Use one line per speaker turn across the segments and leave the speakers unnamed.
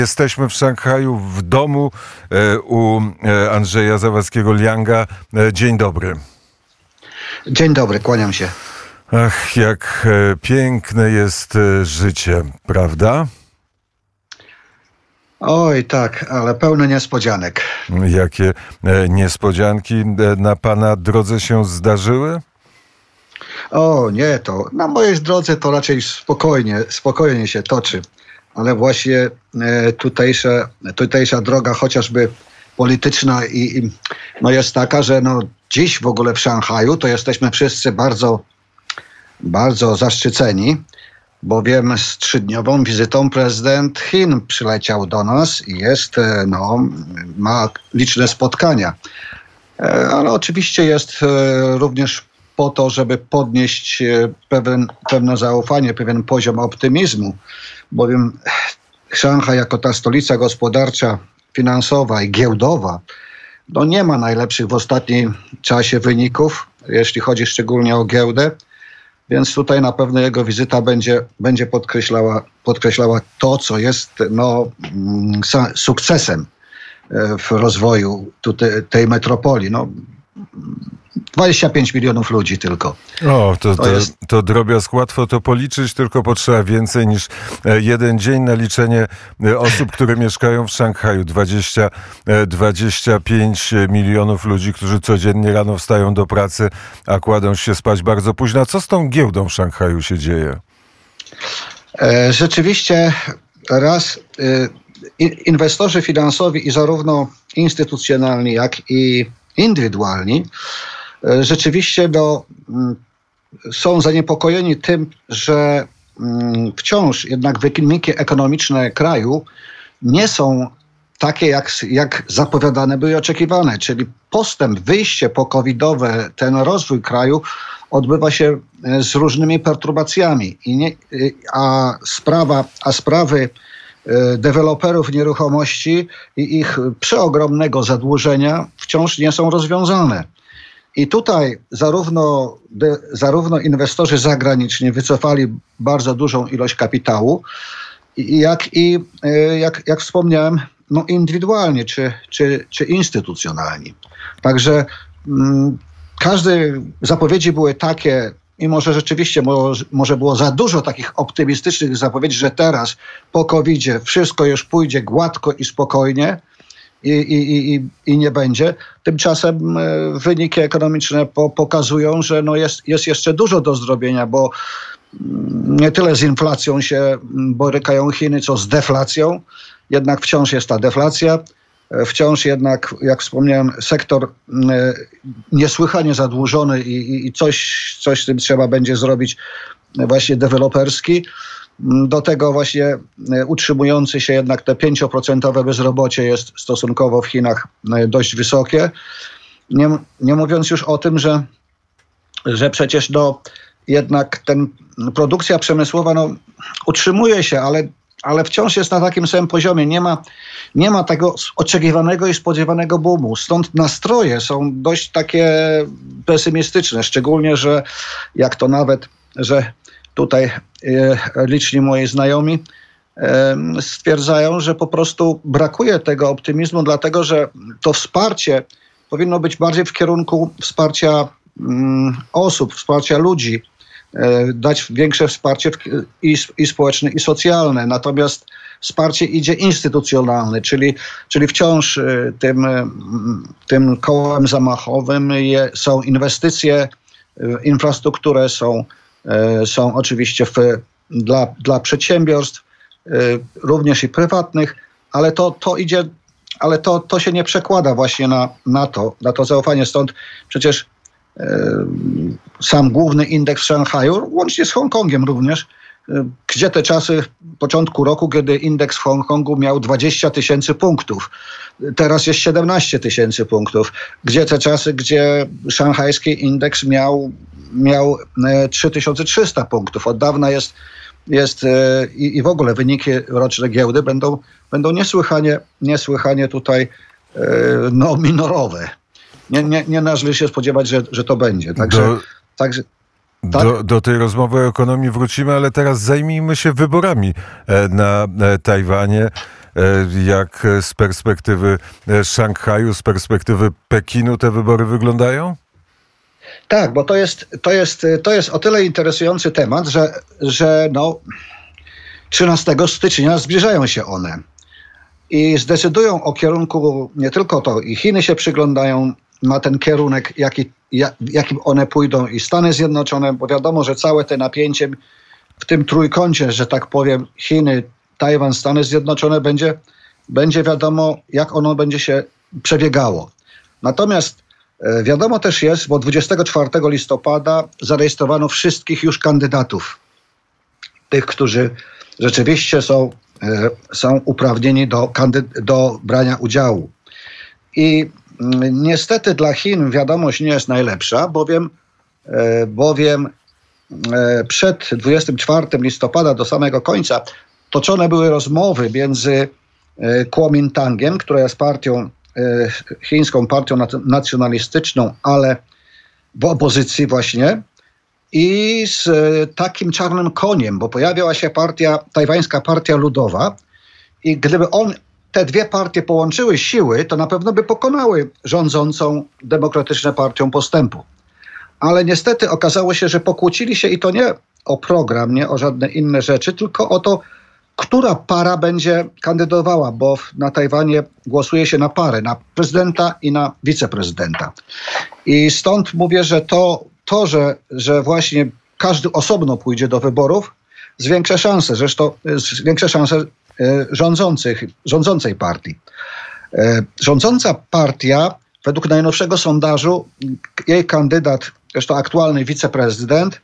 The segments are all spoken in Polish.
Jesteśmy w Szanghaju, w domu u Andrzeja Zawadzkiego-Lianga. Dzień dobry.
Dzień dobry, kłaniam się.
Ach, jak piękne jest życie, prawda?
Oj, tak, ale pełne niespodzianek.
Jakie niespodzianki na pana drodze się zdarzyły?
O nie, to na mojej drodze to raczej spokojnie się toczy. Ale właśnie tutejsza droga, chociażby polityczna no jest taka, że dziś w ogóle w Szanghaju to jesteśmy wszyscy bardzo, bardzo zaszczyceni, bowiem z 3-dniową wizytą prezydent Chin przyleciał do nas i ma liczne spotkania. Ale oczywiście jest również po to, żeby podnieść pewne zaufanie, pewien poziom optymizmu, bowiem Szanghaj jako ta stolica gospodarcza, finansowa i giełdowa nie ma najlepszych w ostatnim czasie wyników, jeśli chodzi szczególnie o giełdę, więc tutaj na pewno jego wizyta będzie podkreślała to, co jest sukcesem w rozwoju tej metropolii. 25 milionów ludzi tylko.
O, to drobiazg, łatwo to policzyć, tylko potrzeba więcej niż jeden dzień na liczenie osób, które mieszkają w Szanghaju. 25 milionów ludzi, którzy codziennie rano wstają do pracy, a kładą się spać bardzo późno. A co z tą giełdą w Szanghaju się dzieje?
Rzeczywiście inwestorzy finansowi i zarówno instytucjonalni, jak i indywidualni rzeczywiście są zaniepokojeni tym, że wciąż jednak wyniki ekonomiczne kraju nie są takie, jak zapowiadane były i oczekiwane. Czyli postęp, wyjście po-covidowe, ten rozwój kraju odbywa się z różnymi perturbacjami. Sprawy deweloperów nieruchomości i ich przeogromnego zadłużenia wciąż nie są rozwiązane. I tutaj zarówno inwestorzy zagraniczni wycofali bardzo dużą ilość kapitału, jak wspomniałem, indywidualnie czy instytucjonalni. Także każde zapowiedzi były takie, mimo że rzeczywiście może było za dużo takich optymistycznych zapowiedzi, że teraz po COVID-zie wszystko już pójdzie gładko i spokojnie i nie będzie. Tymczasem wyniki ekonomiczne pokazują, że jest jeszcze dużo do zrobienia, bo nie tyle z inflacją się borykają Chiny, co z deflacją. Jednak wciąż jest ta deflacja. Wciąż jednak, jak wspomniałem, sektor niesłychanie zadłużony i coś z tym trzeba będzie zrobić właśnie deweloperski. Do tego właśnie utrzymujący się jednak te 5% bezrobocie jest stosunkowo w Chinach dość wysokie. Nie mówiąc już o tym, że przecież jednak produkcja przemysłowa utrzymuje się, ale wciąż jest na takim samym poziomie. Nie ma tego oczekiwanego i spodziewanego boomu. Stąd nastroje są dość takie pesymistyczne. Szczególnie, że że tutaj liczni moi znajomi stwierdzają, że po prostu brakuje tego optymizmu, dlatego że to wsparcie powinno być bardziej w kierunku wsparcia osób, wsparcia ludzi, dać większe wsparcie i społeczne, i socjalne. Natomiast wsparcie idzie instytucjonalne, czyli wciąż tym kołem zamachowym są inwestycje w infrastrukturę, są oczywiście dla przedsiębiorstw, również i prywatnych, ale to się nie przekłada właśnie na to zaufanie. Stąd przecież sam główny indeks w Szanghaju, łącznie z Hongkongiem również, gdzie te czasy początku roku, kiedy indeks w Hongkongu miał 20 000 punktów. Teraz jest 17 000 punktów. Gdzie te czasy, gdzie szanghajski indeks miał 3300 punktów. Od dawna jest i w ogóle wyniki roczne giełdy będą niesłychanie tutaj minorowe. Nie należy się spodziewać, że to będzie. Także tak?
Do tej rozmowy o ekonomii wrócimy, ale teraz zajmijmy się wyborami na Tajwanie. jak z perspektywy Szanghaju, z perspektywy Pekinu te wybory wyglądają?
Tak, bo to jest o tyle interesujący temat, że 13 stycznia zbliżają się one i zdecydują o kierunku, nie tylko to, i Chiny się przyglądają na ten kierunek, jakim one pójdą, i Stany Zjednoczone, bo wiadomo, że całe te napięcie w tym trójkącie, że tak powiem, Chiny, Tajwan, Stany Zjednoczone będzie wiadomo, jak ono będzie się przebiegało. Natomiast wiadomo też jest, bo 24 listopada zarejestrowano wszystkich już kandydatów. Tych, którzy rzeczywiście są uprawnieni do brania udziału. I niestety dla Chin wiadomość nie jest najlepsza, bowiem przed 24 listopada do samego końca toczone były rozmowy między Kuomintangiem, która jest chińską partią nacjonalistyczną, ale w opozycji właśnie, i z takim czarnym koniem, bo pojawiała się tajwańska Partia Ludowa, i gdyby te dwie partie połączyły siły, to na pewno by pokonały rządzącą Demokratyczną Partią Postępu. Ale niestety okazało się, że pokłócili się, i to nie o program, nie o żadne inne rzeczy, tylko o to, która para będzie kandydowała, bo na Tajwanie głosuje się na parę, na prezydenta i na wiceprezydenta. I stąd mówię, że że właśnie każdy osobno pójdzie do wyborów, zwiększa szanse, rządzącej partii. Rządząca partia, według najnowszego sondażu, jej kandydat, zresztą aktualny wiceprezydent,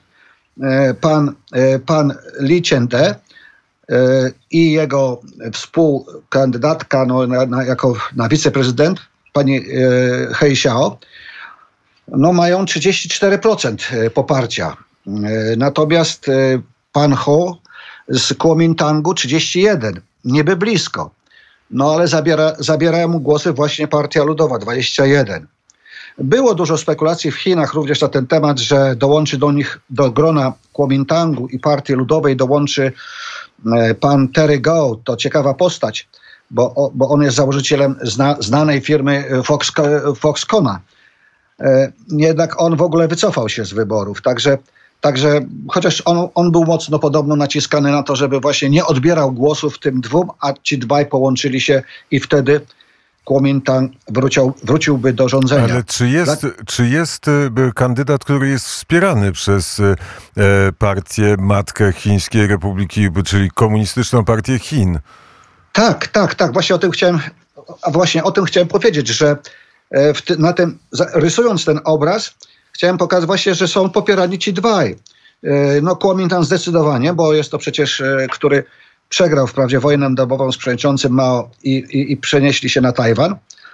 pan Lee Chien-te, i jego współkandydatka na wiceprezydent, pani He Xiao, mają 34% poparcia. Natomiast pan Ho z Kuomintangu 31%, niby blisko. Ale zabierają mu głosy właśnie Partia Ludowa 21%. Było dużo spekulacji w Chinach również na ten temat, że dołączy do grona Kuomintangu i Partii Ludowej dołączy pan Terry Gou. To ciekawa postać, bo on jest założycielem znanej firmy Foxconna. Jednak on w ogóle wycofał się z wyborów. Także chociaż on był mocno podobno naciskany na to, żeby właśnie nie odbierał głosów tym dwóm, a ci dwaj połączyli się i wtedy Kuomintang wróciłby do rządzenia.
Ale czy jest kandydat, który jest wspierany przez partię matkę Chińskiej Republiki, czyli Komunistyczną Partię Chin? Tak.
Właśnie o tym chciałem powiedzieć, że rysując ten obraz, chciałem pokazać właśnie, że są popierani ci dwaj. Kuomintang zdecydowanie, bo jest to przecież, który przegrał wprawdzie wojnę domową z przewodniczącym Mao i przenieśli się na Tajwan,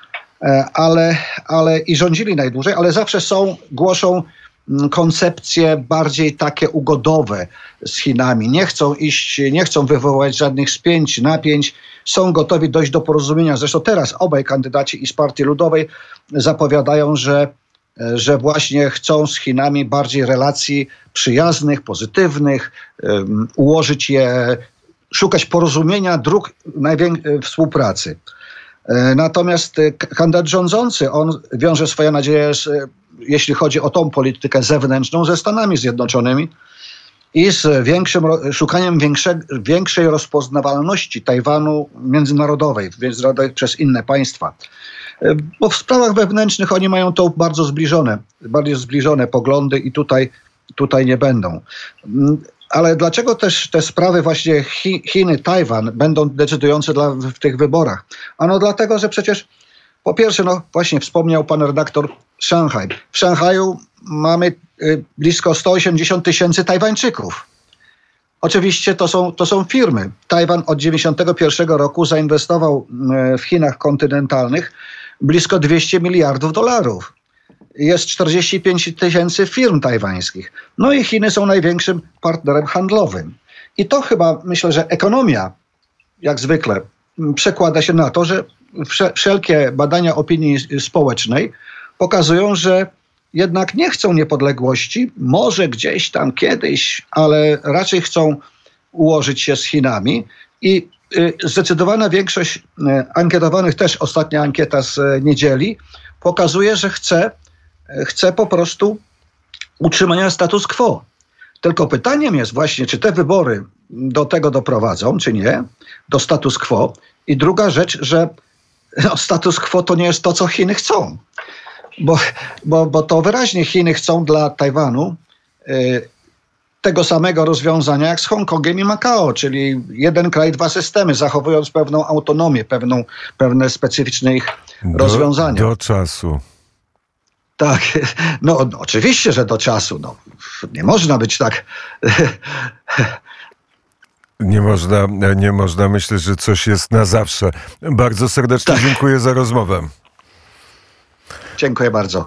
ale i rządzili najdłużej, ale zawsze głoszą koncepcje bardziej takie ugodowe z Chinami. Nie chcą wywołać żadnych spięć, napięć. Są gotowi dojść do porozumienia. Zresztą teraz obaj kandydaci i z Partii Ludowej zapowiadają, że właśnie chcą z Chinami bardziej relacji przyjaznych, pozytywnych, ułożyć je, szukać porozumienia, dróg współpracy. Natomiast kandydat rządzący, on wiąże swoje nadzieje, jeśli chodzi o tą politykę zewnętrzną, ze Stanami Zjednoczonymi i z szukaniem większej rozpoznawalności Tajwanu międzynarodowej przez inne państwa. Bo w sprawach wewnętrznych oni mają to bardzo zbliżone poglądy i tutaj nie będą. Ale dlaczego też te sprawy właśnie Chiny, Tajwan będą decydujące w tych wyborach? Ano dlatego, że przecież po pierwsze, właśnie wspomniał pan redaktor Szanghaj. W Szanghaju mamy blisko 180 000 Tajwańczyków. Oczywiście to są firmy. Tajwan od 1991 roku zainwestował w Chinach kontynentalnych blisko $200 miliardów. Jest 45 000 firm tajwańskich. I Chiny są największym partnerem handlowym. I to chyba, myślę, że ekonomia, jak zwykle, przekłada się na to, że wszelkie badania opinii społecznej pokazują, że jednak nie chcą niepodległości, może gdzieś tam kiedyś, ale raczej chcą ułożyć się z Chinami i zdecydowana większość ankietowanych, też ostatnia ankieta z niedzieli, pokazuje, że chce po prostu utrzymania status quo. Tylko pytaniem jest właśnie, czy te wybory do tego doprowadzą, czy nie, do status quo. I druga rzecz, że status quo to nie jest to, co Chiny chcą. Bo to wyraźnie Chiny chcą dla Tajwanu tego samego rozwiązania jak z Hongkongiem i Makao, czyli jeden kraj, dwa systemy, zachowując pewną autonomię, pewne specyficzne ich rozwiązania.
Do czasu.
Tak, no oczywiście, że do czasu. No, nie można być tak...
Nie można myśleć, że coś jest na zawsze. Bardzo serdecznie dziękuję za rozmowę.
Dziękuję bardzo.